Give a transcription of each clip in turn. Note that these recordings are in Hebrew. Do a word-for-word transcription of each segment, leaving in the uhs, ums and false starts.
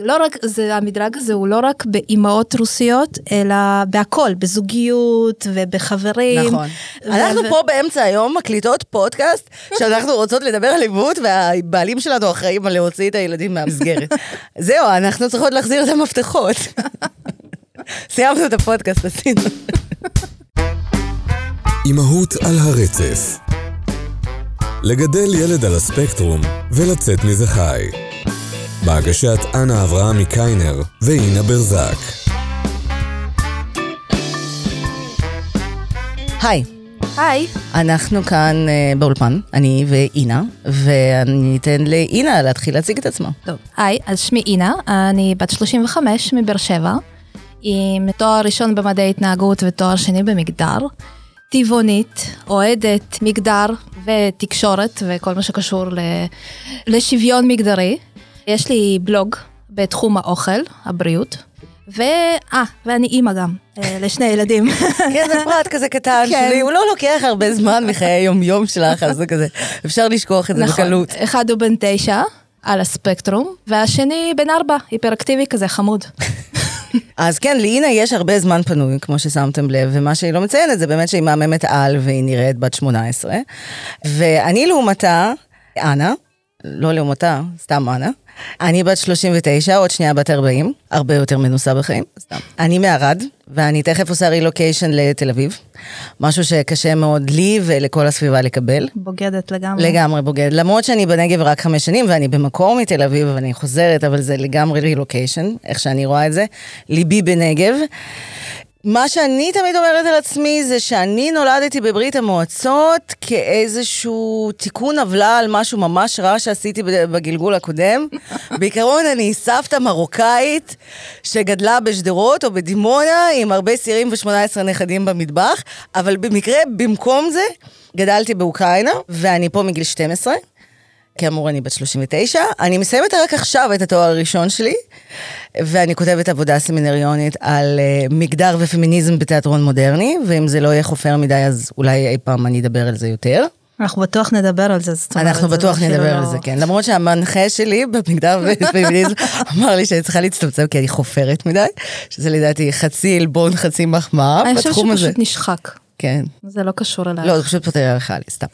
לא רק, זה, המדרג הזה הוא לא רק באימהות רוסיות, אלא בהכל, בזוגיות ובחברים. נכון. ו- אנחנו ו- פה באמצע היום מקליטות פודקאסט, שאנחנו רוצות לדבר על עיוות, והבעלים שלנו אחראים על להוציא את הילדים מהמסגרת. זהו, אנחנו צריכות להחזיר את המפתחות. סיימנו את הפודקאסט, עשינו. אימהות על הרצף. לגדל ילד על הספקטרום ולצאת מזה חי. בהגשת אנה אברהם מקיינר ואינה ברזק. היי. היי. אנחנו כאן uh, באולפן, אני ואינה, ואני אתן לאינה להתחיל להציג את עצמה. טוב. היי, אז שמי אינה, אני בת שלושים וחמש מבאר שבע, עם תואר ראשון במדעי התנהגות ותואר שני במגדר. טבעונית, אוהדת מגדר ותקשורת וכל מה שקשור לשוויון מגדרי. יש לי בלוג בתחום האוכל, הבריאות, ואה, ואני אימא גם, לשני ילדים. כן, זה פרט כזה קטן שלי, הוא לא לוקח הרבה זמן מחיי היום-יום שלך, אז זה כזה, אפשר לשכוח את זה בקלות. נכון, אחד הוא בן תשע, על הספקטרום, והשני בן ארבע, היפראקטיבי כזה, חמוד. אז כן, לאינה יש הרבה זמן פנוי, כמו ששמתם לב, ומה שהיא לא מציינת זה באמת שהיא מאממת על והיא נראית בת שמונה עשרה, ואני לעומתה, אנה, לא לעומתה, סתם אנה, אני בת שלושים ותשע, עוד שנייה בת ארבעים, הרבה יותר מנוסה בחיים, סתם. אני מערד, ואני תכף עושה רילוקיישן לתל אביב, משהו שקשה מאוד לי ולכל הסביבה לקבל. בוגדת לגמרי. לגמרי בוגדת, למרות שאני בנגב רק חמש שנים, ואני במקור מתל אביב, ואני חוזרת, אבל זה לגמרי רילוקיישן, איך שאני רואה את זה, ליבי בנגב. מה שאני תמיד אומרת על עצמי זה שאני נולדתי בברית המועצות כאיזשהו תיקון עוולה על משהו ממש רע שעשיתי בגלגול הקודם. בעיקרון אני סבתא מרוקאית שגדלה בשדרות או בדימונה עם הרבה סירים ו-שמונה עשרה נכדים במטבח, אבל במקרה במקום זה גדלתי באוקראינה ואני פה מגיל שתים עשרה. כאמור, אני בת שלושים ותשע, אני מסיימת רק עכשיו את התואר הראשון שלי, ואני כותבת עבודה סמינריונית על uh, מגדר ופמיניזם בתיאטרון מודרני, ואם זה לא יהיה חופר מדי, אז אולי אי פעם אני אדבר על זה יותר. אנחנו בטוח נדבר על זה. אנחנו בטוח נדבר על זה, כן. למרות שהמנחה שלי במגדר ופמיניזם אמר לי שאני צריכה להצטמצם, כי אני חופרת מדי, שזה לדעתי חצי אלבון, חצי מחמאה בתחום הזה. אני חושב שפשוט נשחק. כן. זה לא קשור אליי. לא, זה פשוט פותר עליך, לי, סתם.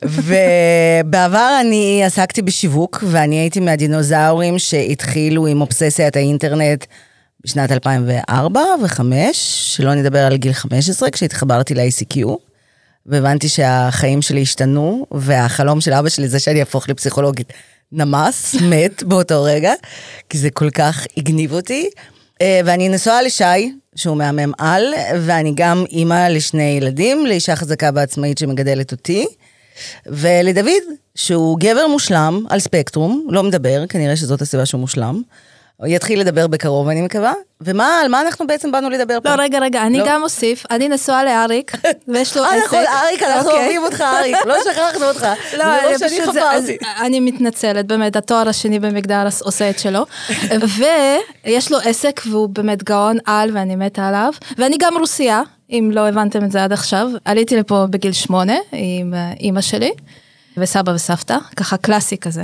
ובעבר אני עסקתי בשיווק, ואני הייתי מהדינוזאורים שהתחילו עם אובססיית האינטרנט בשנת אלפיים וארבע וחמש, שלא נדבר על גיל חמש עשרה, כשהתחברתי ל-איי סי קיו, והבנתי שהחיים שלי השתנו, והחלום של אבא שלי זה שאני אהפוך לפסיכולוגית נמס, מת באותו רגע, כי זה כל כך הגניב אותי. ואני נשואה לשי, שהוא מהמם על, ואני גם אימא לשני ילדים, לאישה חזקה ועצמאית שמגדלת אותי, ולדוד, שהוא גבר מושלם על ספקטרום, לא מדבר, כנראה שזאת הסיבה שהוא מושלם, הוא יתחיל לדבר בקרוב, אני מקווה. ומה, על מה אנחנו בעצם באנו לדבר פה? לא, רגע, רגע, אני גם אוסיף, אני נשואה לאריק, ויש לו עסק. אה, נכון, אריק, אנחנו אוהבים אותך, אריק, לא שכחנו אותך. לא, שאני חפרתי. אני מתנצלת, באמת, התואר השני במגדר עושה את שלו, ויש לו עסק, והוא באמת גאון על, ואני מתה עליו, ואני גם רוסיה, אם לא הבנתם את זה עד עכשיו, עליתי לפה בגיל שמונה, עם אמא שלי, וסבא וסבתא, ככה קלאסי כזה.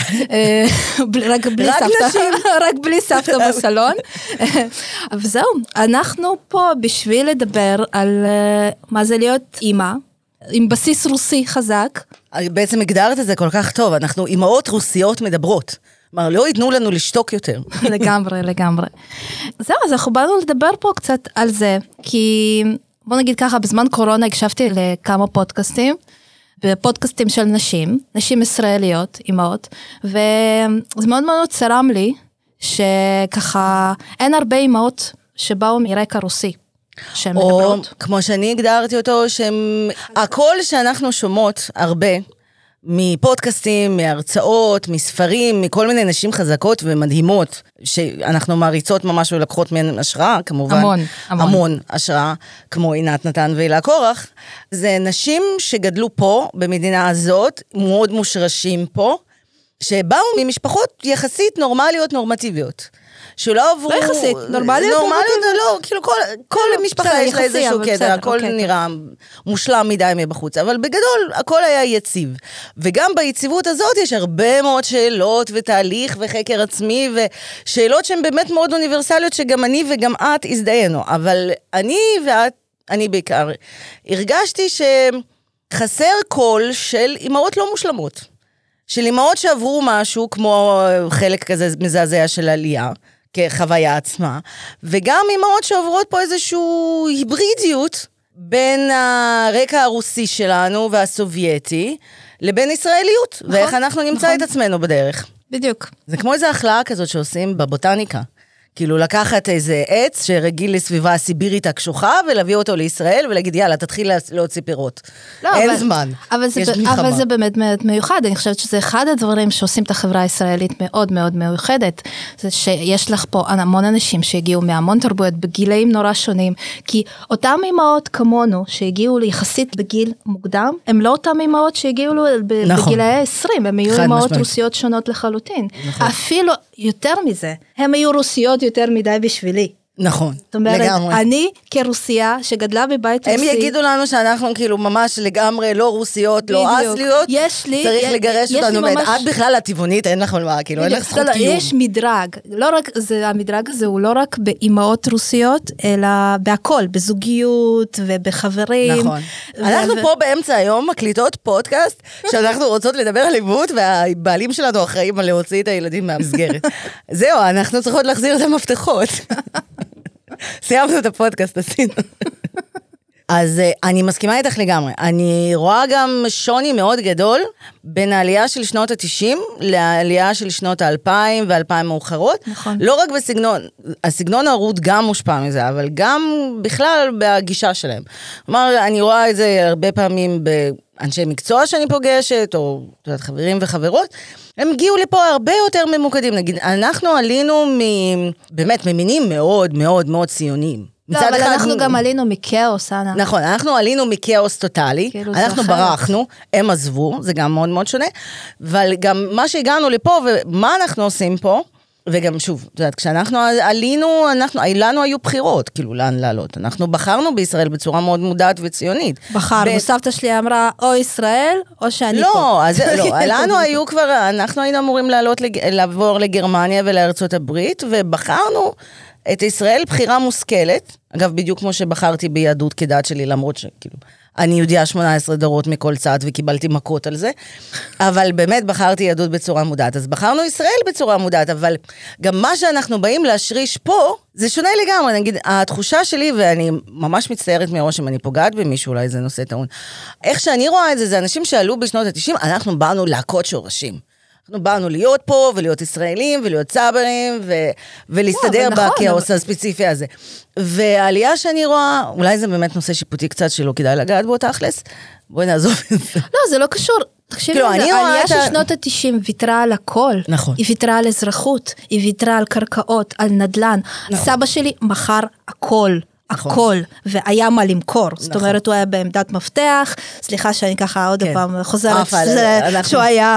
רק בלי סבתא, רק בלי סבתא בסלון. וזהו, אנחנו פה בשביל לדבר על מה זה להיות אימא, עם בסיס רוסי חזק. בעצם הגדרת את זה כל כך טוב, אנחנו אימהות רוסיות מדברות. כלומר, לא ייתנו לנו לשתוק יותר. לגמרי, לגמרי. זהו, אז אנחנו באנו לדבר פה קצת על זה, כי בוא נגיד ככה, בזמן קורונה הקשבתי לכמה פודקאסטים, בפודקאסטים של נשים, נשים ישראליות, אימהות, וזה מאוד מאוד צרם לי, שככה אין הרבה אימהות שבאו מרקע רוסי, שהן מדברות. או כמו שאני הגדרתי אותו, שהכל שאנחנו שומעות הרבה, מפודקאסטים, מהרצאות, מספרים, מכל מיני נשים חזקות ומדהימות, שאנחנו מעריצות ממש ולקחות מהן השראה, כמובן. המון, המון. המון השראה, כמו עינת נתן ואילה קורח. זה נשים שגדלו פה, במדינה הזאת, מאוד מושרשים פה, שבאו ממשפחות יחסית נורמליות נורמטיביות. שלא עברו... לא יחסית, נורמליות נורמליות, לא, כאילו כל, כל משפחה יש לה איזשהו קטע, הכל נראה מושלם מדי מבחוץ, אבל בגדול הכל היה יציב. וגם ביציבות הזאת יש הרבה מאוד שאלות ותהליך וחקר עצמי, ושאלות שהן באמת מאוד אוניברסליות, שגם אני וגם את הזדהינו. אבל אני ואת, אני בעיקר, הרגשתי שחסר קול של אימהות לא מושלמות. של אימהות שעברו משהו, כמו חלק כזה מזעזע של עלייה, כחוויה עצמה, וגם אימהות שעוברות פה איזשהו היברידיות, בין הרקע הרוסי שלנו והסובייטי, לבין ישראליות, נכון, ואיך אנחנו נמצא נכון. את עצמנו בדרך. בדיוק. זה כמו איזו החלאה כזאת שעושים בבוטניקה. כאילו לקחת איזה עץ שרגיל לסביבה הסיבירית הקשוחה, ולהביא אותו לישראל, ולהגיד, יאללה, תתחיל להוציא פירות. לא, אין אבל, זמן, אבל זה, אבל זה באמת מיוחד. אני חושבת שזה אחד הדברים שעושים את החברה הישראלית מאוד מאוד מיוחדת, זה שיש לך פה המון אנשים שהגיעו מהמון תרבויות, בגילאים נורא שונים, כי אותם אימהות כמונו, שהגיעו ליחסית בגיל מוקדם, הם לא אותם אימהות שהגיעו נכון. בגילאי עשרים, הם היו אימהות רוסיות שונות לחלוטין. נכון. אפילו יותר מזה, הם היו רוסיות יותר מדי בשבילי. נכון, זאת אומרת, לגמרי. אני כרוסיה שגדלה בבית הם רוסי. הם יגידו לנו שאנחנו כאילו ממש לגמרי לא רוסיות, לא אסליות. יש לי. צריך יש, לגרש יש אותנו. ממש... את בכלל הטבעונית, אין לך מה, כאילו, אין לך זכות קיום. יש מדרג. לא רק, זה, המדרג הזה הוא לא רק באימהות רוסיות, אלא בהכל, בזוגיות ובחברים. נכון. ו... אנחנו ו... פה באמצע היום מקליטות פודקאסט, שאנחנו רוצות לדבר על אימהות, והבעלים שלנו אחראים על להוציא את הילדים מהמסגרת. זהו, אנחנו צריכות להחזיר את המפתחות. סיימנו את הפודקאסט, עשינו. אז אני מסכימה איתך לגמרי. אני רואה גם שוני מאוד גדול בין העלייה של שנות ה-תשעים לעלייה של שנות ה-אלפיים ו-אלפיים מאוחרות. נכון. לא רק בסגנון, הסגנון הרות גם מושפע מזה, אבל גם בכלל בגישה שלהם. כלומר, אני רואה את זה הרבה פעמים באנשי מקצוע שאני פוגשת, או יודעת, חברים וחברות, הם הגיעו לפה הרבה יותר ממוקדים. נגיד, אנחנו עלינו מ... באמת ממינים מאוד מאוד מאוד ציוניים. לא, אבל אחד, אנחנו גם עלינו מכאוס, אנה. נכון, אנחנו עלינו מכאוס טוטלי, כאילו אנחנו ברחנו, הם עזבו, זה גם מאוד מאוד שונה, אבל גם מה שהגענו לפה, ומה אנחנו עושים פה, וגם שוב, את יודעת, כשאנחנו עלינו, אנחנו, לנו היו בחירות, כאילו, לאן לעלות. אנחנו בחרנו בישראל בצורה מאוד מודעת וציונית. בחרנו, ב... סבתא שלי אמרה, או ישראל, או שאני לא, פה. אז, לא, לנו היו כבר, אנחנו היינו אמורים לעלות, לעבור לגרמניה ולארצות הברית, ובחרנו את ישראל בחירה מושכלת, אגב, בדיוק כמו שבחרתי ביהדות כדת שלי, למרות שכאילו, אני יודעה שמונה עשרה דורות מכל צד, וקיבלתי מכות על זה, אבל באמת בחרתי יהדות בצורה מודעת, אז בחרנו ישראל בצורה מודעת, אבל גם מה שאנחנו באים להשריש פה, זה שונה לגמרי, נגיד, התחושה שלי, ואני ממש מצטערת מראש אם אני פוגעת במישהו, אולי זה נושא טעון, איך שאני רואה את זה, זה אנשים שעלו בשנות ה-תשעים, אנחנו באנו להכות שורשים. אנחנו באנו להיות פה, ולהיות ישראלים, ולהיות צברים, ו- ולהסתדר בכאוס הספציפי הזה. והעלייה שאני רואה, אולי זה באמת נושא שיפוטי קצת, שלא כדאי לגעת בו תכלס, בואי נעזוב את זה. לא, זה לא קשור. תקשיבי, העלייה של שנות ה-תשעים ויתרה על הכל. נכון. היא ויתרה על אזרחות, היא ויתרה על קרקעות, על נדלן. סבא שלי מכר הכל. הכל, והיה מה למכור, זאת אומרת, הוא היה בעמדת מפתח, סליחה שאני ככה עוד פעם חוזרת, שהוא היה,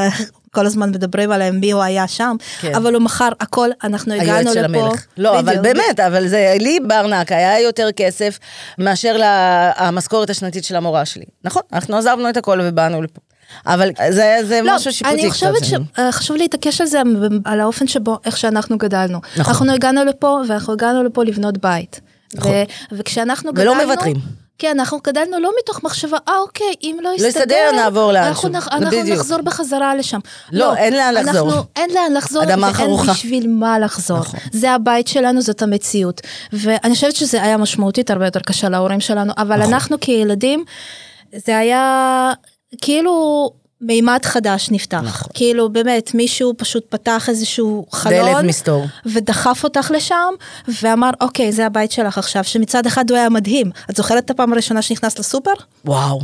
כל הזמן מדברים עליהם, מי הוא היה שם, אבל הוא מכר הכל, אנחנו הגענו לפה. לא, אבל באמת, אבל זה, לי בארנק היה יותר כסף, מאשר המשכורת השנתית של המורה שלי. נכון, אנחנו עזבנו את הכל ובאנו לפה. אבל זה, זה לא, משהו שיפוטי. אני חושבת שחשוב להתעקש על זה, על האופן שבו, איך שאנחנו גדלנו. נכון. אנחנו הגענו לפה, ואנחנו הגענו לפה לבנות בית. נכון. ו- וכשאנחנו גדלנו... ולא מבטרים. כן, אנחנו גדלנו לא מתוך מחשבה, אה אוקיי, אם לא יסתדר... לא יסתדר, נעבור לאן אנחנו, נח, אנחנו נחזור בחזרה לשם. לא, לא, אין לאן לחזור. אנחנו, אין לאן לחזור, אדמה ואין חרוכה. בשביל מה לחזור. נכון. זה הבית שלנו, זאת המציאות. ואני חושבת שזה היה משמעותית הרבה יותר קשה להורים שלנו, אבל נכון. אנחנו כילדים, זה היה כאילו... מימד חדש נפתח, נכון. כאילו באמת מישהו פשוט פתח איזשהו חלון, דלת מסתור, ודחף אותך לשם, ואמר אוקיי זה הבית שלך עכשיו, שמצד אחד הוא היה מדהים, את זוכרת את הפעם הראשונה שנכנסת לסופר? וואו,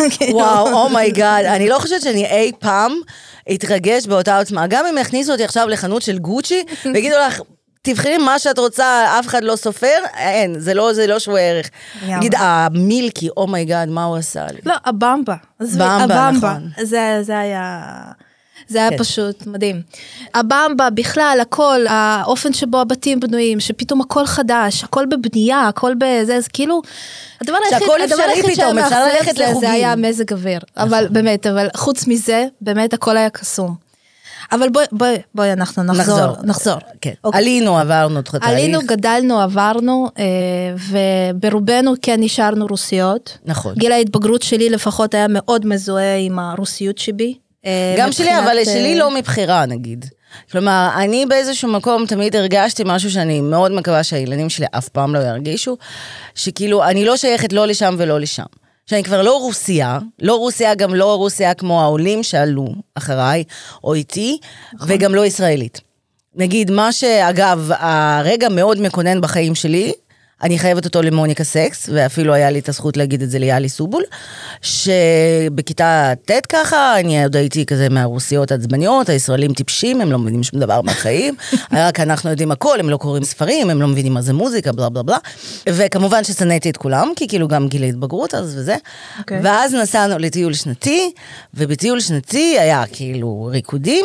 וואו, אומייגאד, אני לא חושבת שאני אי פעם אתרגש באותה עוצמה, גם אם יכניסו אותי עכשיו לחנות של גוצ'י, ויגידו לך, תבחרי מה שאת רוצה, אף אחד לא סופר, אין, זה לא, זה לא שווה ערך. נגיד, המילקי, אומייגאד, מה הוא עשה לי? לא, הבמבה. במבה, נכון. זה, זה היה... זה היה פשוט מדהים. הבמבה, בכלל, הכל, האופן שבו הבתים בנויים, שפתאום הכל חדש, הכל בבנייה, הכל בזה, זה כאילו, הדבר היחיד שהם מאכזב זה, זה היה מזג אוויר. אבל באמת, אבל חוץ מזה, באמת הכל היה קסום. אבל בואי, בואי, בואי, אנחנו נחזור, נחזור. כן. עלינו, עברנו, תחתהליך. עלינו, גדלנו, עברנו, וברובנו כן נשארנו רוסיות. נכון. גיל ההתבגרות שלי לפחות היה מאוד מזוהה עם הרוסיות שבי. גם שלי, אבל שלי לא מבחירה, נגיד. כלומר, אני באיזשהו מקום תמיד הרגשתי משהו שאני מאוד מקווה שהילדים שלי אף פעם לא ירגישו, שכאילו, אני לא שייכת לא לשם ולא לשם. שאני כבר לא רוסיה, לא רוסיה, גם לא רוסיה כמו העולים שעלו אחריי, או איתי, וגם לא ישראלית. נגיד, מה שאגב, הרגע מאוד מקונן בחיים שלי, אני חייבת אותו למוניקה סקס, ואפילו היה לי את הזכות להגיד את זה ליאלי סובול, שבכיתה ט' ככה, אני עוד הייתי כזה מהרוסיות עצבניות, הישראלים טיפשים, הם לא מבינים שום דבר מהחיים, רק אנחנו יודעים הכל, הם לא קוראים ספרים, הם לא מבינים מה זה מוזיקה, בלה בלה בלה, וכמובן ששנאתי את כולם, כי כאילו גם גיל ההתבגרות אז וזה, okay. ואז נסענו לטיול שנתי, ובטיול שנתי היה כאילו ריקודים,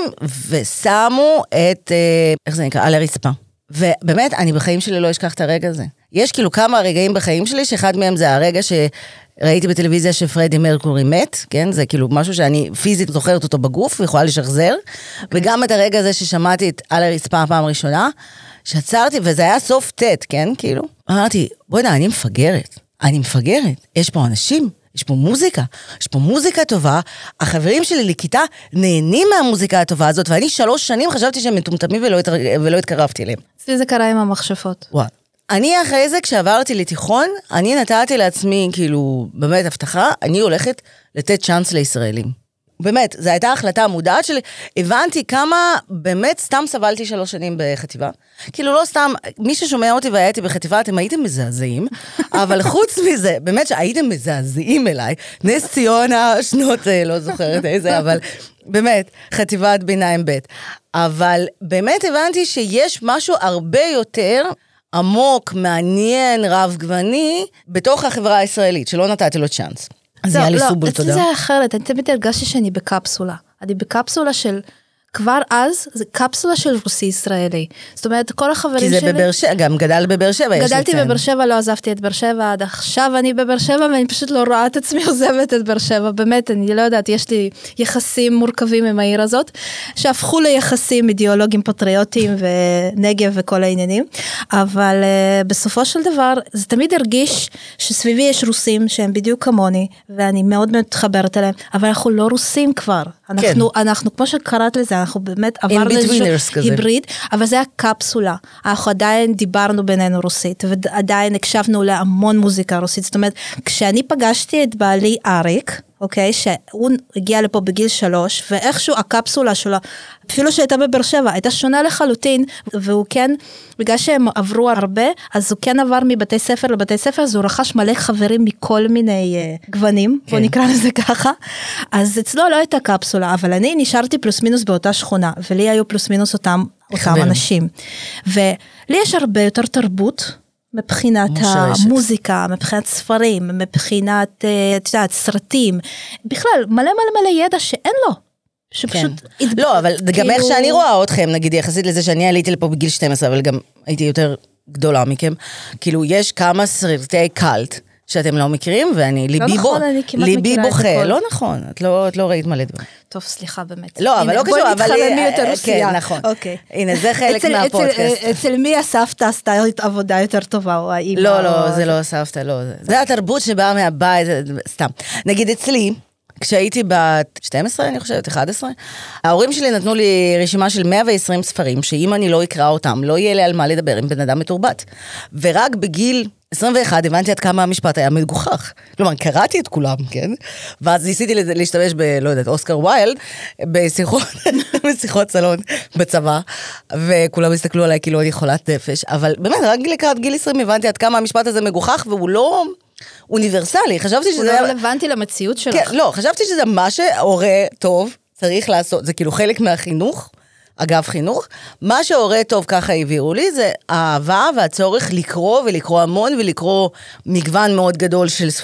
ושמו את, איך זה נקרא, על הרצפה. ובאמת, אני בחיים שלי לא אשכח את הרגע הזה. יש כאילו כמה רגעים בחיים שלי, שאחד מהם זה הרגע שראיתי בטלוויזיה שפרדי מרקורי מת, כן? זה כאילו משהו שאני פיזית זוכרת אותו בגוף, ויכולה לשחזר, okay. וגם את הרגע הזה ששמעתי את על הרצפה הפעם הראשונה, שעצרתי, וזה היה סוף תת, כן? כאילו, אמרתי, בואי נה, אני מפגרת, אני מפגרת, יש פה אנשים, יש פה מוזיקה, יש פה מוזיקה טובה, החברים שלי לכיתה נהנים מהמוזיקה הטובה הזאת, ואני שלוש שנים חשבתי שהם מטומטמים ולא, התר... ולא התקרבתי אליהם. אצלי זה קרה עם המחשפות. וואו. אני אחרי זה, כשעברתי לתיכון, אני נתתי לעצמי, כאילו, באמת הבטחה, אני הולכת לתת צ'אנס לישראלים. באמת, זו הייתה החלטה מודעת שלי, הבנתי כמה, באמת, סתם סבלתי שלוש שנים בחטיבה. כאילו, לא סתם, מי ששומע אותי והייתי בחטיבה, אתם הייתם מזעזעים, אבל חוץ מזה, באמת שהייתם מזעזעים אליי, נס ציונה, שנות, לא זוכרת איזה, אבל באמת, חטיבת ביניים ב'. אבל באמת הבנתי שיש משהו הרבה יותר עמוק, מעניין, רב גווני, בתוך החברה הישראלית, שלא נתתי לו צ'אנס. אז היה לי סובל, תודה. אצלי זה אחרת, אני תמיד הרגשתי שאני בקפסולה. אני בקפסולה של, כבר אז, זה קפסולה של רוסי ישראלי. זאת אומרת, כל החברים שלי... כי זה בבאר שבע, גם גדל בבאר שבע. גדלתי בבאר שבע, לא עזבתי את באר שבע, עד עכשיו אני בבאר שבע, ואני פשוט לא רואה את עצמי עוזבת את באר שבע. באמת, אני לא יודעת, יש לי יחסים מורכבים עם העיר הזאת, שהפכו ליחסים אידיאולוגיים פטריוטיים ונגב וכל העניינים. אבל uh, בסופו של דבר, זה תמיד הרגיש שסביבי יש רוסים שהם בדיוק כמוני, ואני מאוד מאוד מתחברת אליהם, אבל אנחנו לא רוסים כבר. אנחנו, כן. אנחנו, כמו שקראת לזה, אנחנו באמת עברנו איזשהו היבריד, אבל זה היה קפסולה. אנחנו עדיין דיברנו בינינו רוסית, ועדיין הקשבנו להמון מוזיקה רוסית. זאת אומרת, כשאני פגשתי את בעלי אריק, אוקיי, שהוא הגיע לפה בגיל שלוש, ואיכשהו הקפסולה שלו, אפילו שהייתה בבאר שבע, הייתה שונה לחלוטין, והוא כן, בגלל שהם עברו הרבה, אז הוא כן עבר מבתי ספר לבתי ספר, אז הוא רכש מלא חברים מכל מיני uh, גוונים, כן. בוא נקרא לזה ככה, אז אצלו לא הייתה קפסולה, אבל אני נשארתי פלוס מינוס באותה שכונה, ולי היו פלוס מינוס אותם, אותם אנשים, ולי יש הרבה יותר תרבות, מבחינת המוזיקה, מבחינת ספרים, מבחינת, את יודעת, סרטים, בכלל, מלא מלא מלא ידע שאין לו, שפשוט... לא, אבל גם איך שאני רואה אתכם, נגיד, יחסית לזה שאני עליתי לפה בגיל שתים עשרה, אבל גם הייתי יותר גדולה מכם, כאילו, יש כמה סרטי קלט, שאתם לא מכירים, ואני, ליבי בו, ליבי בוכה, לא נכון, את לא ראית מלא דבר. טוב, סליחה, באמת. לא, אבל לא קשור, אבל... בואי נתחרמי יותר רוסיה. כן, נכון. הנה, זה חלק מהפודקאסט. אצל מי הסבתא עשתה עבודה יותר טובה, או האמא? לא, לא, זה לא הסבתא, לא. זה התרבות שבאה מהבית, סתם. נגיד אצלי, כשהייתי בת שתים עשרה, אני חושבת, אחת עשרה, ההורים שלי נתנו לי רשימה של מאה ועשרים ספרים, שאם אני לא אקרא אותם, לא יהיה לי על מה לדבר עם בן אדם מתורבת. ורק בגיל עשרים ואחת הבנתי עד כמה המשפט היה מגוחך. כלומר, קראתי את כולם, כן? ואז ניסיתי להשתמש ב, לא יודעת, אוסקר ויילד, בשיחות, בשיחות סלון בצבא, וכולם הסתכלו עליי כאילו אני חולת נפש, אבל באמת, רק לקראת גיל עשרים הבנתי עד כמה המשפט הזה מגוחך, והוא לא אוניברסלי. חשבתי שזה... הוא לא רלוונטי למציאות שלך. כן, לא, חשבתי שזה מה שהורה טוב צריך לעשות, זה כאילו חלק מהחינוך, אגב חינוך, מה שהורה טוב ככה העבירו לי, זה האהבה והצורך לקרוא ולקרוא המון ולקרוא מגוון מאוד גדול של ספרים.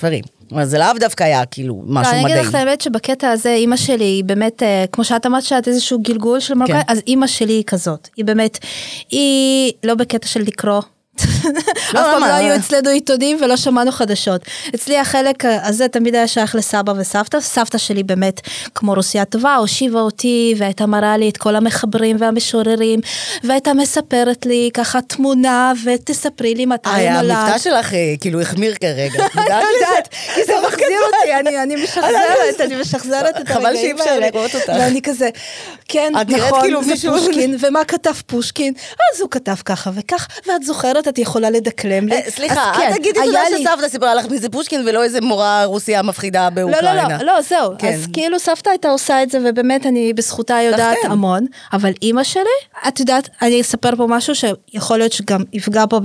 זה לאו דווקא היה כאילו משהו מדהים. אני אגיד לך את האמת שבקטע הזה, אמא שלי היא באמת, כמו שאת אמרת שאת איזשהו גלגול של מרוקאי, אז אמא שלי היא כזאת. היא באמת, היא לא בקטע של לקרוא. אף פעם לא היו אצלנו עיתונים ולא שמענו חדשות. אצלי החלק הזה תמיד היה שייך לסבא וסבתא. סבתא שלי באמת כמו רוסיה טובה, הושיבה אותי והייתה מראה לי את כל המחברים והמשוררים, והייתה מספרת לי ככה תמונה ותספרי לי מתי נולד. המבטא שלך כאילו החמיר כרגע. אני יודעת, כי זה מחזיר אותי, אני משחזרת, אני משחזרת את חבל שאי אפשר לראות אותך. ואני כזה, כן, נכון, זה פושקין, ומה כתב פושקין? אז הוא כתב ככה וכך, ואת זוכרת, את יכולה לדקלם לי. סליחה, אל תגידי תודה שסבתא סיפרה לך מי זה פושקין, ולא איזה מורה רוסיה מפחידה באוקראינה. לא, לא, לא, זהו. אז כאילו סבתא הייתה עושה את זה, ובאמת אני בזכותה יודעת המון, אבל אמא שלי, את יודעת, אני אספר פה משהו שיכול להיות שגם יפגע פה,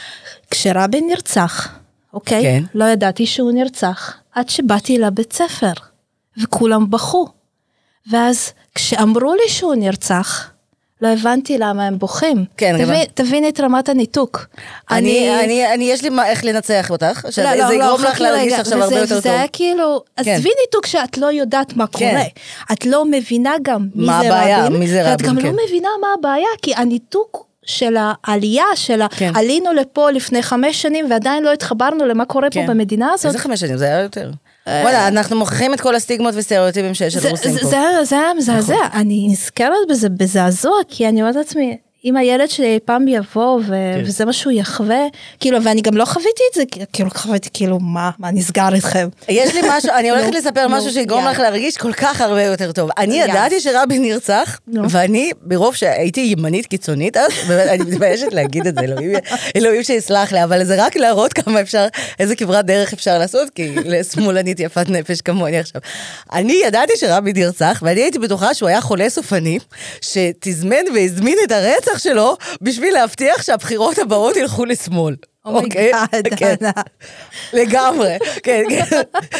כשרבין נרצח, אוקיי? לא ידעתי שהוא נרצח, עד שבאתי לבית ספר, וכולם בכו. ואז כשאמרו לי שהוא נרצח, לא הבנתי למה הם בוכים. כן, תבין, תבין את רמת הניתוק. אני, אני, אני, יש לי מה, איך לנצח אותך. לא, לא, זה לא, יגרום לך להרגיש עכשיו הרבה יותר טוב. זה היה כאילו, אז תבין ניתוק שאת לא יודעת מה קורה. את לא מבינה גם מי זה רבין. מי זה רבין, ואת גם לא מבינה מה הבעיה, כי הניתוק של העלייה, של עלינו לפה לפני חמש שנים, ועדיין לא התחברנו למה קורה פה במדינה הזאת. איזה חמש שנים? זה היה יותר. וואלה, אנחנו מוכיחים את כל הסטיגמות וסטריאוטיפים שיש על רוסים פה. זה היה מזעזע, אני נזכרת בזה בזעזוע, כי אני אומרת לעצמי, אם הילד שלי פעם יבוא, וזה מה שהוא יחווה, כאילו, ואני גם לא חוויתי את זה, כאילו, חוויתי, כאילו, מה, מה נסגר איתכם? יש לי משהו, אני הולכת לספר משהו שיגרום לך להרגיש כל כך הרבה יותר טוב. אני ידעתי שרבין נרצח, ואני, ברוב שהייתי ימנית קיצונית, אז באמת, אני מתביישת להגיד את זה, אלוהים שיסלח לי, אבל זה רק להראות כמה אפשר, איזה כברת דרך אפשר לעשות, כי לשמאלנית יפת נפש כמוני עכשיו. אני ידעתי שרבין נרצח, ואני הייתי בטוחה שהוא היה חולה סופני, שתזמן והזמין את הרצח שלו, בשביל להבטיח שהבחירות הבאות ילכו לשמאל. אוקיי? כן. לגמרי. כן, כן.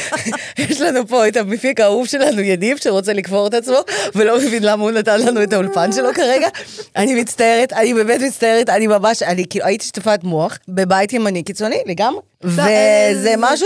יש לנו פה את המפיק האהוב שלנו, יניב, שרוצה לקבור את עצמו, ולא מבין למה הוא נתן לנו את האולפן שלו כרגע. אני מצטערת, אני באמת מצטערת, אני ממש, אני כאילו, הייתי שטפת מוח, בבית ימני קיצוני, לגמרי. וזה משהו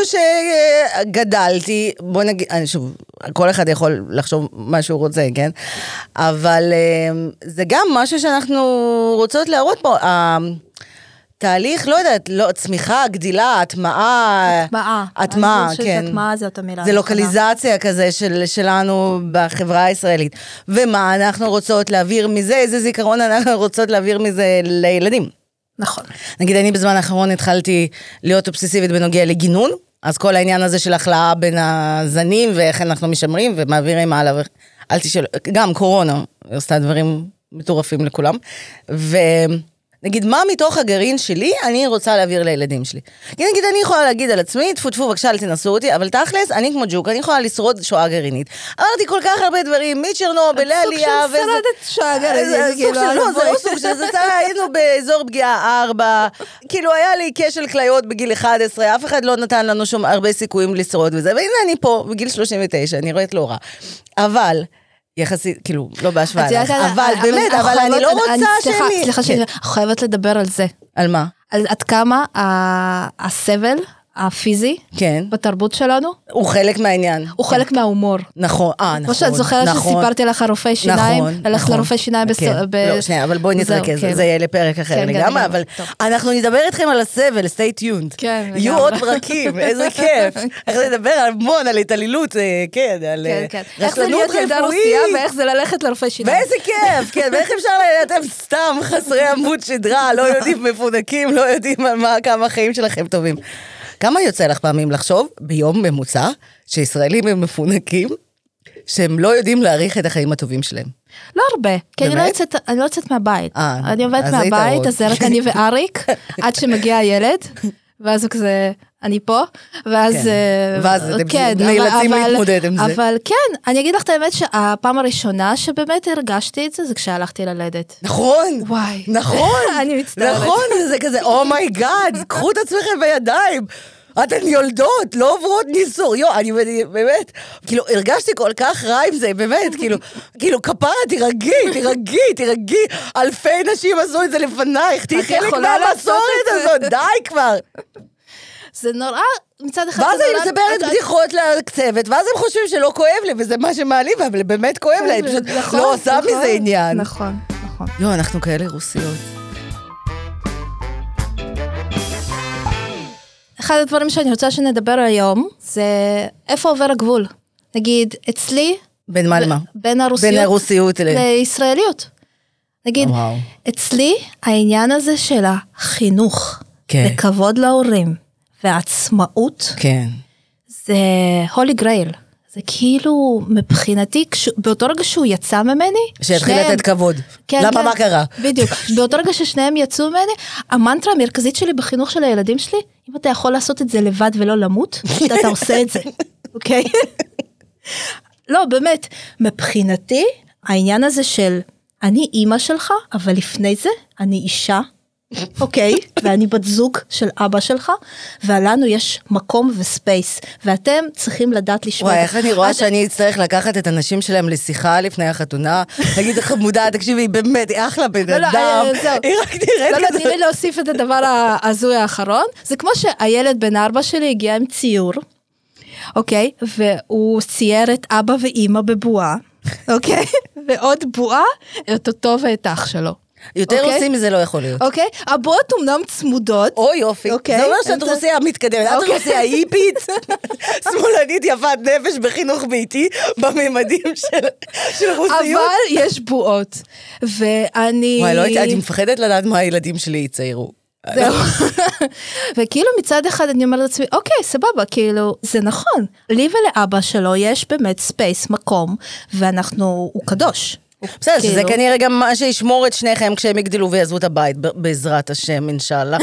שגדלתי, בוא נגיד, אני שוב, כל אחד יכול לחשוב מה שהוא רוצה, כן? אבל זה גם משהו שאנחנו רוצות להראות פה, תהליך, לא יודעת, לא, צמיחה, גדילה, הטמעה, הטמעה, הטמעה, כן. הטמעה זאת המילה. זה לוקליזציה כזה של, שלנו בחברה הישראלית. ומה אנחנו רוצות להעביר מזה, איזה זיכרון אנחנו רוצות להעביר מזה לילדים. נכון. נגיד, אני בזמן האחרון התחלתי להיות אובססיבית בנוגע לגינון, אז כל העניין הזה של החלאה בין הזנים, ואיך אנחנו משמרים ומעבירים הלאה, אל תשאל, גם קורונה, עשתה דברים מטורפים לכולם, ו... נגיד, מה מתוך הגרעין שלי אני רוצה להעביר לילדים שלי? כי נגיד, אני יכולה להגיד על עצמי, תפו תפו, בבקשה, אל תנסו אותי, אבל תכלס, אני כמו ג'וק, אני יכולה לשרוד שואה גרעינית. אמרתי כל כך הרבה דברים, מצ'רנובל, לעלייה, וזה... סוג של שרדת שואה גרעינית. סוג של, לא, זה לא סוג של, זה היינו באזור פגיעה ארבע, כאילו היה לי כשל כליות בגיל אחד עשרה, אף אחד לא נתן לנו שום הרבה סיכויים לשרוד וזה, והנה אני פה, בגיל שלושים ותשע, אני רואה לא רע. אבל... יחסית, כאילו, לא בהשוואה לך, אבל באמת, אבל אני לא רוצה שאני... סליחה, סליחה, חייבת לדבר על זה. על מה? על עד כמה הסבל הפיזי בתרבות שלנו. הוא חלק מהעניין. הוא חלק מההומור. נכון, אה, נכון. כמו שאת זוכרת שסיפרתי לך רופאי שיניים, ללכת לרופאי שיניים לא, שנייה, אבל בואי נתרכז, זה יהיה לפרק אחר לגמרי, אבל אנחנו נדבר איתכם על הסבל, stay tuned. כן, יהיו עוד פרקים, איזה כיף. איך נדבר המון על התעלילות, כן, על רשלנות רפואית. ואיך זה ללכת לרופאי שיניים. ואיזה כיף, כן, ואיך אפשר אתם סתם חסרי עמוד שדרה, לא יודעים מפונקים, לא יודעים כמה החיים שלכם טובים. כמה יוצא לך פעמים לחשוב ביום ממוצע שישראלים הם מפונקים, שהם לא יודעים להעריך את החיים הטובים שלהם? לא הרבה, כי אני לא יוצאת מהבית. אני עובדת מהבית, אז זה רק אני ואריק, עד שמגיע הילד, ואז הוא כזה, אני פה, ואז... ואז אתם נאלצים להתמודד עם זה. אבל כן, אני אגיד לך את האמת שהפעם הראשונה שבאמת הרגשתי את זה, זה כשהלכתי ללדת. נכון. וואי. נכון. אני מצטערת. נכון, זה כזה, אומייגאד, קחו את עצמכם בידיים. אתן יולדות, לא עוברות ניסור, יו, אני באמת, כאילו, הרגשתי כל כך רע עם זה, באמת, כאילו, כאילו, כפרה, תירגי, תירגי, תירגי, אלפי נשים עשו את זה לפנייך, תהי חלק מהמסורת הזאת, די כבר. זה נורא, מצד אחד... ואז אני מספרת בדיחות לקצבת, ואז הם חושבים שלא כואב לי, וזה מה שמעליב, אבל באמת כואב לי, אני פשוט לא עושה מזה עניין. נכון, נכון. יו, אנחנו כאלה רוסיות. אחד הדברים שאני רוצה שנדבר היום, זה איפה עובר הגבול. נגיד, אצלי... בין מה למה? בין הרוסיות... בין הרוסיות לישראליות. נגיד, וואו. אצלי העניין הזה של החינוך, כן. וכבוד להורים, ועצמאות, כן. זה הולי גרייל. זה כאילו, מבחינתי, כש... באותו רגע שהוא יצא ממני, שהתחיל לתת כבוד. כן, למה כן, מה קרה? בדיוק. באותו רגע ששניהם יצאו ממני, המנטרה המרכזית שלי בחינוך של הילדים שלי, אם אתה יכול לעשות את זה לבד ולא למות, אתה עושה את זה, אוקיי? לא, באמת, מבחינתי, העניין הזה של, אני אימא שלך, אבל לפני זה, אני אישה, אוקיי? ואני בת זוג של אבא שלך, ולנו יש מקום וספייס, ואתם צריכים לדעת לשמוע. וואי, איך אני רואה שאני אצטרך לקחת את הנשים שלהם לשיחה לפני החתונה, להגיד לך מודע, תקשיבי, באמת, היא אחלה בן אדם, היא רק נראית כזה. לא, כזה. תני לי להוסיף את הדבר ההזוי האחרון, זה כמו שהילד בן ארבע שלי הגיע עם ציור, אוקיי? והוא צייר את אבא ואימא בבועה, אוקיי? ועוד בועה, את אותו ואת אח שלו. יותר אוקיי? רוסים מזה לא יכול להיות. אוקיי? הבועות אומנם צמודות. או יופי. אוקיי? זה אומר שאת רוסיה מתקדמת. את רוסיה היפית, שמאלנית יפת נפש בחינוך ביתי, בממדים של רוסיות. אבל יש בועות. ואני... וואי, לא הייתי, אני מפחדת לדעת מה הילדים שלי יציירו. זהו. וכאילו מצד אחד אני אומרת לעצמי, אוקיי, סבבה, כאילו, זה נכון. לי ולאבא שלו יש באמת ספייס, מקום, ואנחנו, הוא קדוש. בסדר, שזה כנראה גם מה שישמור את שניכם כשהם יגדלו ויעזבו את הבית, בעזרת השם, אינשאללה.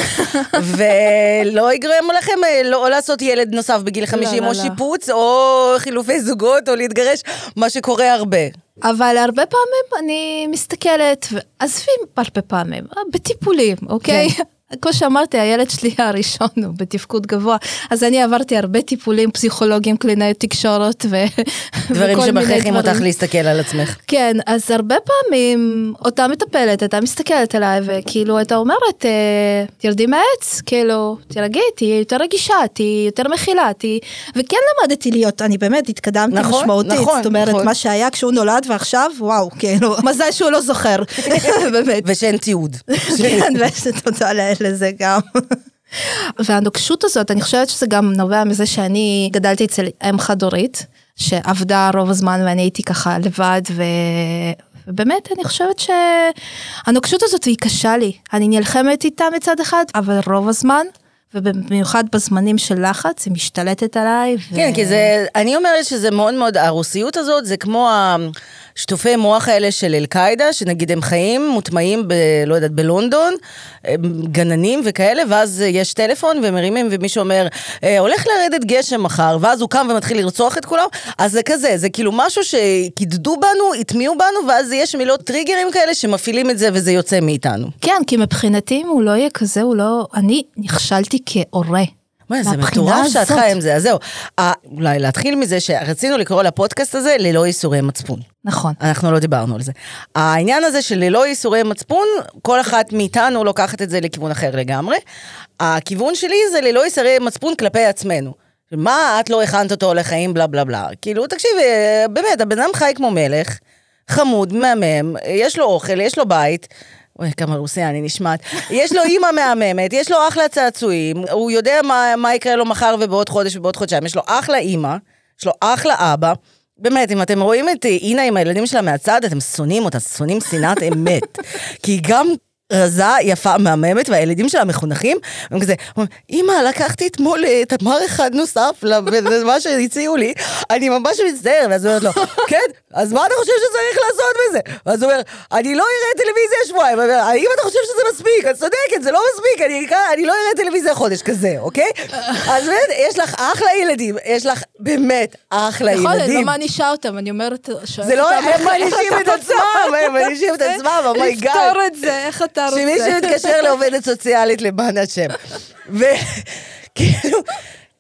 ולא יגרם לכם או לעשות ילד נוסף בגיל חמישים, או שיפוץ, או חילופי זוגות, או להתגרש, מה שקורה הרבה. אבל הרבה פעמים אני מסתכלת, עזבי הרבה פעמים, בטיפולים, אוקיי? כמו שאמרתי, הילד שלי הראשון הוא בתפקוד גבוה, אז אני עברתי הרבה טיפולים פסיכולוגיים, קלינאי תקשורת ו... דברים שמכריחים אותך להסתכל על עצמך. כן, אז הרבה פעמים אותה מטפלת, אתה מסתכלת עליי, וכאילו אתה אומרת, תרדי מהעץ, כאילו, תרגעי, תהיי יותר רגישה, תהיי יותר מכילה, תהיי... וכן למדתי להיות, אני באמת התקדמתי נכון, משמעותית, נכון, זאת אומרת, נכון. מה שהיה כשהוא נולד ועכשיו, וואו, כאילו, מזל שהוא לא זוכר, באמת. ושאין תיעוד. כן, ותודה לזה גם. והנוקשות הזאת, אני חושבת שזה גם נובע מזה שאני גדלתי אצל אם חד-הורית, שעבדה רוב הזמן ואני הייתי ככה לבד, ו... ובאמת אני חושבת שהנוקשות הזאת היא קשה לי. אני נלחמת איתה מצד אחד, אבל רוב הזמן, ובמיוחד בזמנים של לחץ, היא משתלטת עליי. ו... כן, כי זה, אני אומרת שזה מאוד מאוד, הרוסיות הזאת זה כמו השטופי מוח האלה של אל-קאידה, שנגיד הם חיים, מוטמעים ב, לא יודעת, בלונדון, גננים וכאלה, ואז יש טלפון ומרימים, ומישהו אומר, הולך לרדת גשם מחר, ואז הוא קם ומתחיל לרצוח את כולם, אז זה כזה, זה כאילו משהו שקידדו בנו, התמיעו בנו, ואז יש מילות טריגרים כאלה שמפעילים את זה, וזה יוצא מאיתנו. כן, כי מבחינתי אם הוא לא יהיה כזה, הוא לא, אני נכשלתי כהורה. זה מטורף שאת חיה עם זה, אז זהו. אולי להתחיל מזה שרצינו לקרוא לפודקאסט הזה ללא איסורי מצפון. נכון. אנחנו לא דיברנו על זה. העניין הזה של ללא איסורי מצפון, כל אחת מאיתנו לוקחת את זה לכיוון אחר לגמרי. הכיוון שלי זה ללא איסורי מצפון כלפי עצמנו. מה את לא הכנת אותו לחיים בלה בלה בלה. כאילו, תקשיב, באמת, הבן אדם חי כמו מלך, חמוד, מהמם, יש לו אוכל, יש לו בית, אוי, כמה רוסיה, אני נשמעת. יש לו אימא מהממת, יש לו אחלה צעצועים, הוא יודע מה, מה יקרה לו מחר ובעוד חודש ובעוד חודשיים, יש לו אחלה אימא, יש לו אחלה אבא. באמת, אם אתם רואים את אינה עם הילדים שלה מהצד, אתם שונאים אותה, שונאים שנאת אמת. כי היא גם רזה, יפה, מהממת, והילדים שלה מחונכים, הם כזה, אמא, לקחתי אתמול תמר אחד נוסף, למה שהציעו לי, אני ממש מצטער, ואז הוא אומר לו, כן, אז מה אתה חושב שצריך לעשות בזה? ואז הוא אומר, אני לא אראה טלוויזיה שבועיים, האם אתה חושב שזה מספיק? את צודקת, זה לא מספיק, אני, אני לא אראה טלוויזיה חודש כזה, אוקיי? אז באמת, יש לך אחלה ילדים, יש לך באמת אחלה ילדים. נכון, אני לא מענישה אותם, אני אומרת, זה לא, הם מענישים את עצמם, הם מענישים את עצמם, אומייגאד. לפתור את זה, איך אתה רוצה? שמישהו מתקשר לעובדת סוציאלית למען השם. וכאילו,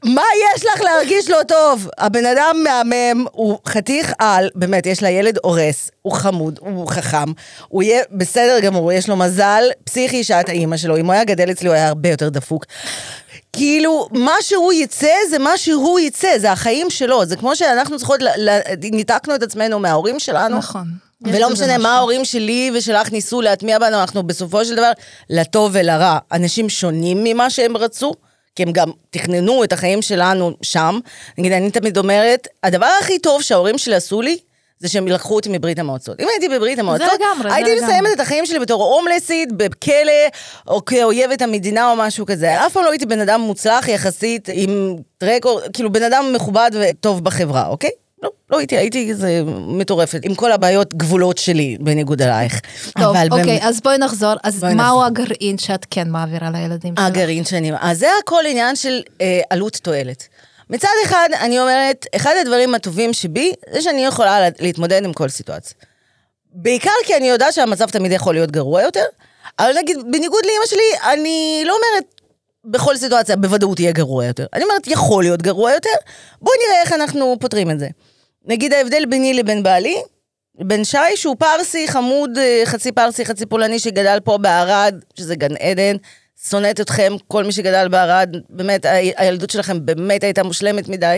מה יש לך להרגיש לא טוב? הבן אדם מהמם, הוא חתיך על, באמת, יש לה ילד אורס, הוא חמוד, הוא חכם, הוא יהיה בסדר גמור, יש לו מזל פסיכי שעת האמא שלו, אם הוא היה גדל אצלי הוא היה הרבה יותר דפוק. כאילו, מה שהוא יצא, זה מה שהוא יצא, זה החיים שלו, זה כמו שאנחנו צריכות, ניתקנו את עצמנו מההורים שלנו. נכון. ולא משנה מה ההורים שלי ושלך ניסו להטמיע בנו, אנחנו בסופו של דבר, לטוב ולרע, אנשים שונים ממה שהם רצו, כי הם גם תכננו את החיים שלנו שם. נגיד, אני תמיד אומרת, הדבר הכי טוב שההורים שלי עשו לי, זה שהם לקחו אותי מברית המועצות. אם הייתי בברית המועצות, לגמרי, הייתי מסיימת את החיים שלי בתור הומלסית, בכלא, או כאויבת המדינה או משהו כזה. אף פעם לא הייתי בן אדם מוצלח יחסית, עם רקורד, כאילו בן אדם מכובד וטוב בחברה, אוקיי? לא, לא הייתי, הייתי איזה מטורפת, עם כל הבעיות גבולות שלי, בניגוד אלייך. טוב, אוקיי, אז בואי נחזור. אז מהו הגרעין שאת כן מעבירה לילדים שלך? הגרעין שאני... אז זה הכל עניין של עלות תועלת. מצד אחד, אני אומרת, אחד הדברים הטובים שבי, זה שאני יכולה להתמודד עם כל סיטואציה. בעיקר כי אני יודעת שהמצב תמיד יכול להיות גרוע יותר, אבל נגיד, בניגוד לאמא שלי, אני לא אומרת, בכל סיטואציה, בוודאות יהיה גרוע יותר. אני אומרת, יכול להיות גרוע יותר, בואי נראה איך אנחנו פותרים את זה. נגיד, ההבדל ביני לבין בעלי, בן שי, שהוא פרסי, חמוד, חצי פרסי, חצי פולני, שגדל פה בערד, שזה גן עדן, שונאת אתכם, כל מי שגדל בערד, באמת, הילדות שלכם באמת הייתה מושלמת מדי,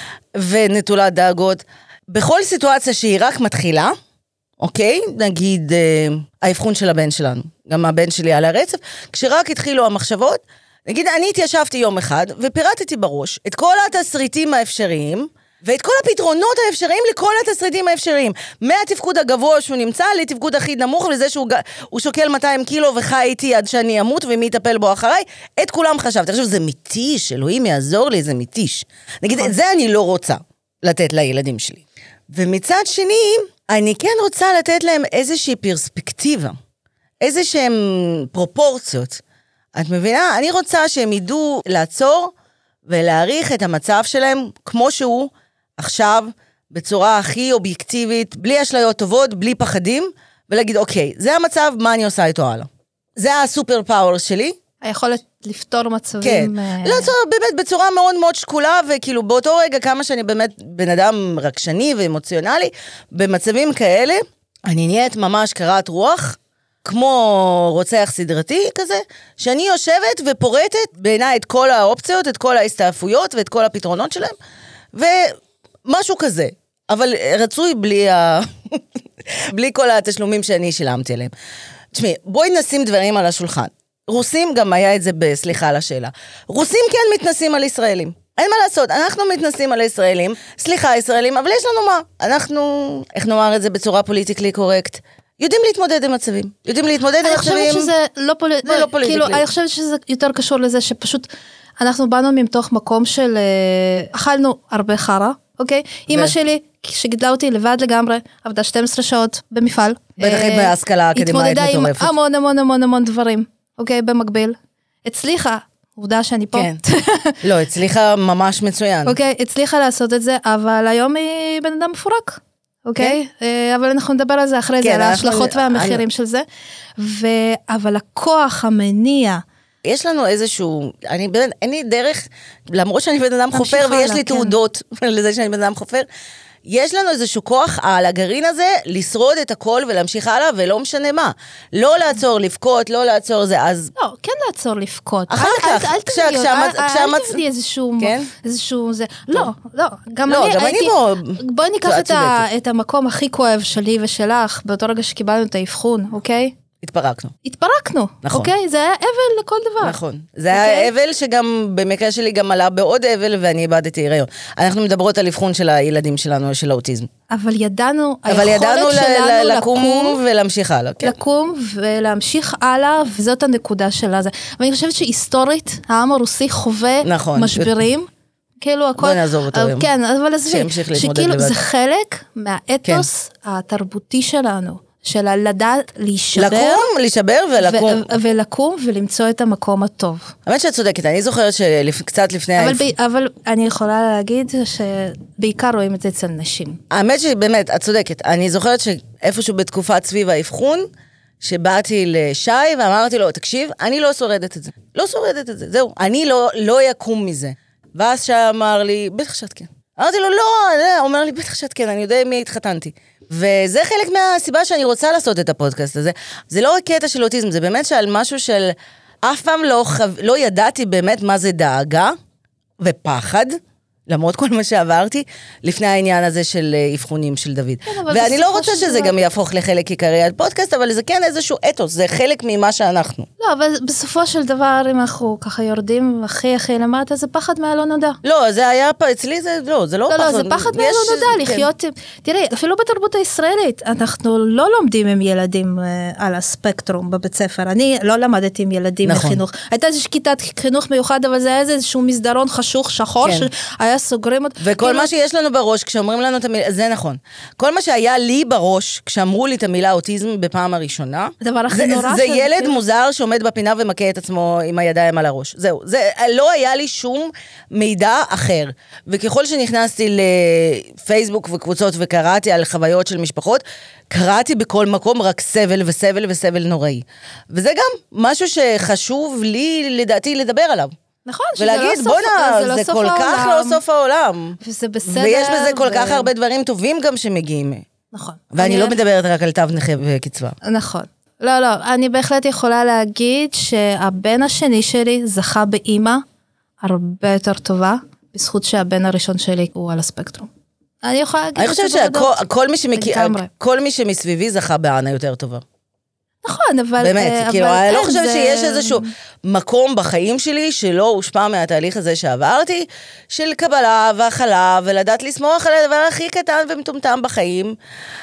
ונטולת דאגות. בכל סיטואציה שהיא רק מתחילה, אוקיי? נגיד, האבחון של הבן שלנו, גם הבן שלי על הרצף, כשרק התחילו המחשבות, נגיד, אני התיישבתי יום אחד, ופירטתי בראש את כל התסריטים האפשריים, ואת כל הפתרונות האפשריים לכל התסריטים האפשריים. מהתפקוד הגבוה שהוא נמצא, לתפקוד הכי נמוך, לזה שהוא שוקל מאתיים קילו וחי איתי עד שאני אמות, ומי יטפל בו אחריי, את כולם חשבתי. עכשיו, זה מתיש, אלוהים יעזור לי, זה מתיש. נגיד, את זה אני לא רוצה לתת לילדים שלי. ומצד שני, אני כן רוצה לתת להם איזושהי פרספקטיבה, איזשהם פרופורציות. את מבינה? אני רוצה שהם ידעו לעצור ולהעריך את המצב שלהם כמו שהוא, עכשיו, בצורה הכי אובייקטיבית, בלי אשליות טובות, בלי פחדים, ולהגיד, אוקיי, זה המצב, מה אני עושה איתו הלאה? זה הסופר פאוור שלי. היכולת לפתור מצבים... כן, לעצור באמת בצורה מאוד מאוד שקולה, וכאילו באותו רגע כמה שאני באמת בן אדם רגשני ואמוציונלי, במצבים כאלה, אני נהיית ממש קראת רוח, כמו רוצח סדרתי כזה, שאני יושבת ופורטת בעיניי את כל האופציות, את כל ההסתעפויות ואת כל הפתרונות שלהם, ומשהו כזה. אבל רצוי בלי, ה... בלי כל התשלומים שאני שילמתי עליהם. תשמעי, בואי נשים דברים על השולחן. רוסים גם היה את זה בסליחה על השאלה. רוסים כן מתנסים על ישראלים. אין מה לעשות, אנחנו מתנסים על ישראלים, סליחה ישראלים, אבל יש לנו מה? אנחנו, איך נאמר את זה בצורה פוליטיקלי קורקט, יודעים להתמודד עם מצבים. יודעים להתמודד עם מצבים. אני חושבת שזה לא פוליטיקלי. כאילו, אני חושבת שזה יותר קשור לזה שפשוט אנחנו באנו מתוך מקום של אכלנו הרבה חרה, אוקיי? אמא שלי, שגידלה אותי לבד לגמרי, עבדה שתים עשרה שעות במפעל. בטח בהשכלה אקדמית מטורפת. התמודדה עם המון המון המון המון דברים, אוקיי? במקביל. הצליחה, עובדה שאני פה. כן. לא, הצליחה ממש מצוין. אוקיי, הצליחה לעשות את זה, אבל היום היא בן אדם מפורק. אוקיי? אבל אנחנו נדבר על זה אחרי זה, על ההשלכות והמחירים של זה. אבל הכוח, המניע... יש לנו איזשהו... אני באמת, אין לי דרך, למרות שאני בן אדם חופר, ויש לי תעודות לזה שאני בן אדם חופר, יש לנו איזשהו כוח על הגרעין הזה, לשרוד את הכל ולהמשיך הלאה, ולא משנה מה. לא לעצור לבכות, לא לעצור זה, אז... לא, כן לעצור לבכות. אחר כך, אל תבדי איזשהו... איזשהו זה... לא, לא, גם אני הייתי... בואי ניקח את המקום הכי כואב שלי ושלך, באותו רגע שקיבלנו את האבחון, אוקיי? התפרקנו. התפרקנו, אוקיי? זה היה אבל לכל דבר. נכון. זה היה אבל שגם, במקרה שלי גם עלה בעוד אבל, ואני איבדתי הריון. אנחנו מדברות על אבחון של הילדים שלנו, של האוטיזם. אבל ידענו, אבל ידענו לקום ולהמשיך הלאה. לקום ולהמשיך הלאה, וזאת הנקודה שלה. ואני חושבת שהיסטורית, העם הרוסי חווה משברים, כאילו הכל... בוא נעזוב אותו היום. כן, אבל שכאילו זה חלק מהאתוס התרבותי שלנו. של לדעת להישבר. לקום, להישבר ולקום. ולקום ולמצוא את המקום הטוב. האמת שאת צודקת, אני זוכרת שקצת לפני... אבל, ב, אבל אני יכולה להגיד שבעיקר רואים את זה אצל נשים. האמת שבאמת, את צודקת, אני זוכרת שאיפשהו בתקופת סביב האבחון, שבאתי לשי ואמרתי לו, תקשיב, אני לא שורדת את זה. לא שורדת את זה, זהו. אני לא, לא יקום מזה. ואז שאמר לי, בטח שאת כן. אמרתי לו, לא, לא, הוא אומר לי, בטח שאת כן, אני יודע מי התחתנתי. וזה חלק מהסיבה שאני רוצה לעשות את הפודקאסט הזה. זה לא רק קטע של אוטיזם, זה באמת שעל משהו של, אף פעם לא, חו... לא ידעתי באמת מה זה דאגה ופחד, למרות כל מה שעברתי, לפני העניין הזה של אבחונים של דוד. כן, ואני לא רוצה שזה דבר... גם יהפוך לחלק עיקרי על פודקאסט, אבל זה כן איזשהו אתוס, זה חלק ממה שאנחנו. לא, אבל בסופו של דבר, אם אנחנו ככה יורדים הכי הכי למטה, זה פחד מהלא נודע. לא, זה היה פה, אצלי זה לא, זה לא, לא פחד. לא, זה פחד מהלא נודע, כן. לחיות... תראי, אפילו בתרבות הישראלית, אנחנו לא לומדים עם ילדים על הספקטרום בבית ספר. אני לא למדתי עם ילדים נכון. לחינוך. הייתה איזושהי כיתת חינוך מיוחד, אבל זה היה איזשהו מסדרון חשוך, שחור, כן. שהיה סוגרים אותו. וכל כאילו... מה שיש לנו בראש, כשאומרים לנו את המילה, זה נכון. כל מה שהיה לי בראש, כשאמרו לי את המילה אוטיזם בפעם הראשונה, הדבר הכי זה, נורא זה של... ילד כאילו... מוזר שעומד בפינה ומכה את עצמו עם הידיים על הראש. זהו, זה לא היה לי שום מידע אחר. וככל שנכנסתי לפייסבוק וקבוצות וקראתי על חוויות של משפחות, קראתי בכל מקום רק סבל וסבל וסבל נוראי. וזה גם משהו שחשוב לי, לדעתי, לדבר עליו. נכון, ולהגיד, שזה בוא לא נע, זה, זה זה כל לא כך לא סוף העולם. וזה בסדר. ויש בזה כל ו... כך הרבה דברים טובים גם שמגיעים. נכון. ואני לא מדברת רק על תו נכה וקצבה. נכון. לא, לא, אני בהחלט יכולה להגיד שהבן השני שלי זכה באמא הרבה יותר טובה, בזכות שהבן הראשון שלי הוא על הספקטרום. אני יכולה להגיד... אני חושבת שכל מי שמסביבי זכה באנה יותר טובה. נכון, אבל... באמת, כאילו, אני לא חושבת שיש איזשהו מקום בחיים שלי שלא הושפע מהתהליך הזה שעברתי, של קבלה והכלה, ולדעת לסמוך על הדבר הכי קטן ומטומטם בחיים,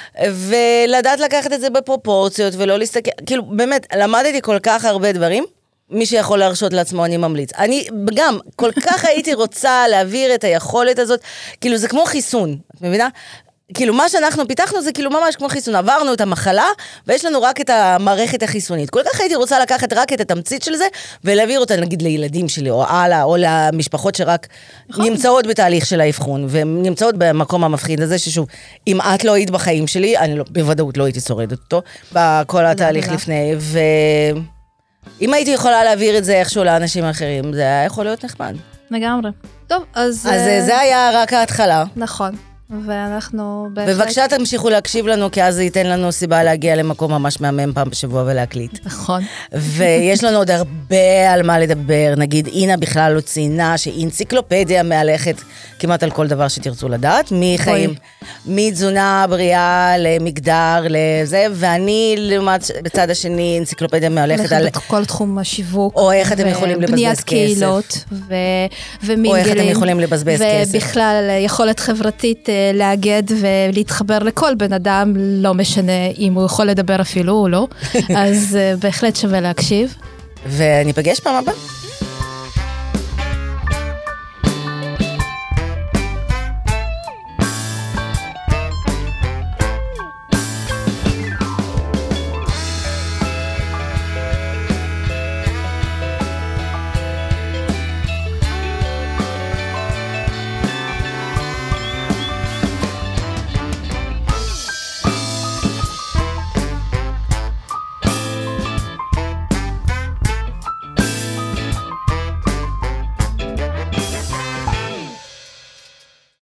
ולדעת לקחת את זה בפרופורציות, ולא להסתכל, כאילו, באמת, למדתי כל כך הרבה דברים, מי שיכול להרשות לעצמו, אני ממליץ. אני גם כל כך הייתי רוצה להעביר את היכולת הזאת, כאילו, זה כמו חיסון, את מבינה? כאילו, מה שאנחנו פיתחנו זה כאילו ממש כמו חיסון, עברנו את המחלה, ויש לנו רק את המערכת החיסונית. כל כך הייתי רוצה לקחת רק את התמצית של זה, ולהעביר אותה נגיד לילדים שלי, או הלאה, או למשפחות שרק נמצאות בתהליך של האבחון, והן נמצאות במקום המפחיד הזה, ששוב, אם את לא היית בחיים שלי, אני לא, בוודאות לא הייתי שורדת אותו, בכל התהליך לפני, ואם הייתי יכולה להעביר את זה איכשהו לאנשים אחרים, זה היה יכול להיות נחמד. לגמרי. טוב, אז... אז זה היה רק ההתחלה. נכון. ואנחנו... בהחלט... בבקשה תמשיכו להקשיב לנו, כי אז זה ייתן לנו סיבה להגיע למקום ממש מהמם פעם בשבוע ולהקליט. נכון. ויש לנו עוד הרבה על מה לדבר. נגיד, אינה בכלל לא ציינה שהיא אנציקלופדיה מהלכת כמעט על כל דבר שתרצו לדעת. מחיים, מתזונה בריאה למגדר, לזה, ואני לעומת בצד השני אנציקלופדיה מהלכת על... כל תחום השיווק. או איך אתם יכולים לבזבז כסף. בניית קהילות ומינגלים. או איך אתם יכולים לבזבז כסף. ובכלל יכולת חברתית לאגד ולהתחבר לכל בן אדם, לא משנה אם הוא יכול לדבר אפילו או לא, אז בהחלט שווה להקשיב. וניפגש פעם הבאה.